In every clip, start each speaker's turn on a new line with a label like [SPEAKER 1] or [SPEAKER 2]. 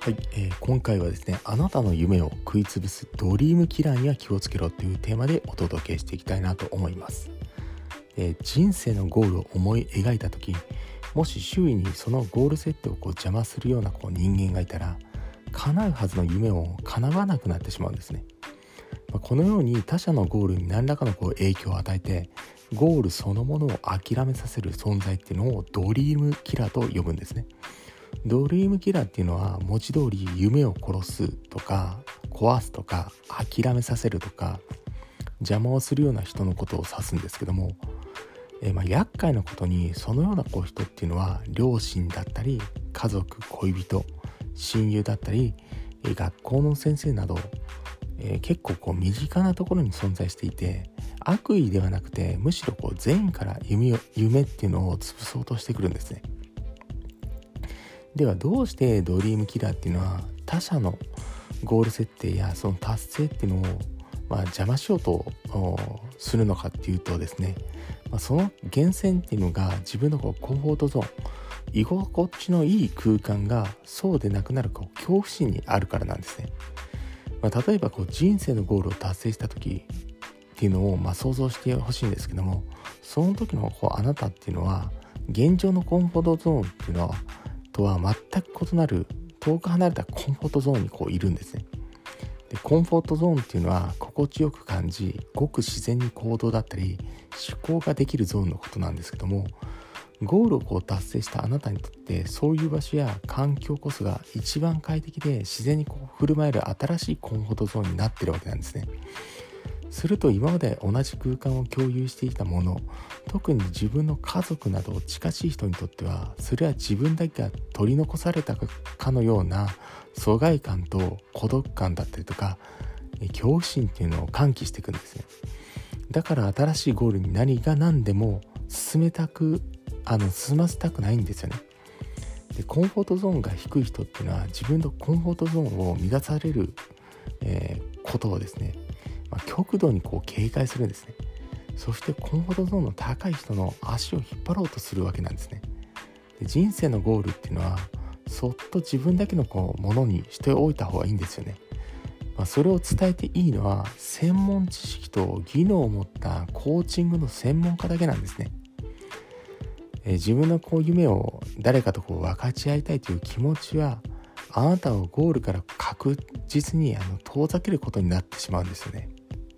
[SPEAKER 1] はい、今回はですね、あなたの夢を食いつぶすドリームキラーには気をつけろというテーマでお届けしていきたいなと思います。人生のゴールを思い描いた時、もし周囲にそのゴール設定を邪魔するような人間がいたら、叶うはずの夢を叶わなくなってしまうんですね。このように他者のゴールに何らかの影響を与えて、ゴールそのものを諦めさせる存在っていうのをドリームキラーと呼ぶんですね。ドリームキラーっていうのは文字通り夢を殺すとか壊すとか諦めさせるとか邪魔をするような人のことを指すんですけども、厄介なことにそのような人っていうのは両親だったり家族、恋人、親友だったり学校の先生など、結構身近なところに存在していて、悪意ではなくてむしろ善意から夢っていうのを潰そうとしてくるんですね。ではどうしてドリームキラーっていうのは他者のゴール設定やその達成っていうのを邪魔しようとするのかっていうとですね、その源泉っていうのが自分のコンフォートゾーン、居心地のいい空間がそうでなくなる恐怖心にあるからなんですね。例えば人生のゴールを達成した時っていうのを想像してほしいんですけども、その時のあなたっていうのは現状のコンフォートゾーンっていうのはとは全く異なる遠く離れたコンフォートゾーンにいるんですね。でコンフォートゾーンっていうのは心地よく感じ、ごく自然に行動だったり思考ができるゾーンのことなんですけども、ゴールを達成したあなたにとってそういう場所や環境こそが一番快適で自然に振る舞える新しいコンフォートゾーンになっているわけなんですね。すると今まで同じ空間を共有していたもの、特に自分の家族など近しい人にとってはそれは自分だけが取り残されたかのような疎外感と孤独感だったりとか恐怖心っていうのを喚起していくんですね。だから新しいゴールに何が何でも進ませたくないんですよね。でコンフォートゾーンが低い人っていうのは自分のコンフォートゾーンを乱される、ことをですね、極度に警戒するんですね。そしてコンフォートゾーンの高い人の足を引っ張ろうとするわけなんですね。で人生のゴールっていうのはそっと自分だけのものにしておいた方がいいんですよね。それを伝えていいのは専門知識と技能を持ったコーチングの専門家だけなんですね。自分の夢を誰かと分かち合いたいという気持ちはあなたをゴールから確実に遠ざけることになってしまうんですよね。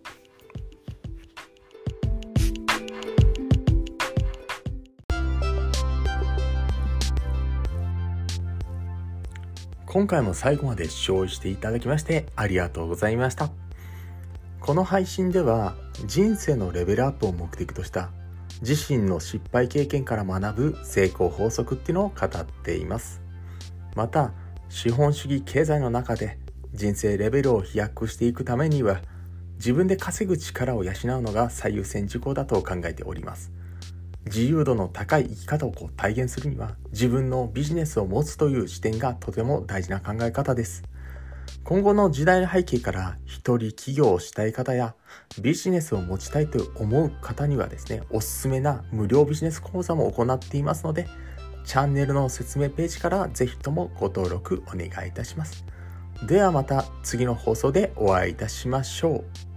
[SPEAKER 1] 今回も最後まで視聴していただきましてありがとうございました。この配信では人生のレベルアップを目的とした自身の失敗経験から学ぶ成功法則っていうのを語っています。また資本主義経済の中で人生レベルを飛躍していくためには自分で稼ぐ力を養うのが最優先事項だと考えております。自由度の高い生き方を体現するには自分のビジネスを持つという視点がとても大事な考え方です。今後の時代の背景から一人起業をしたい方やビジネスを持ちたいと思う方にはですね、おすすめな無料ビジネス講座も行っていますので、チャンネルの説明ページからぜひともご登録お願いいたします。ではまた次の放送でお会いいたしましょう。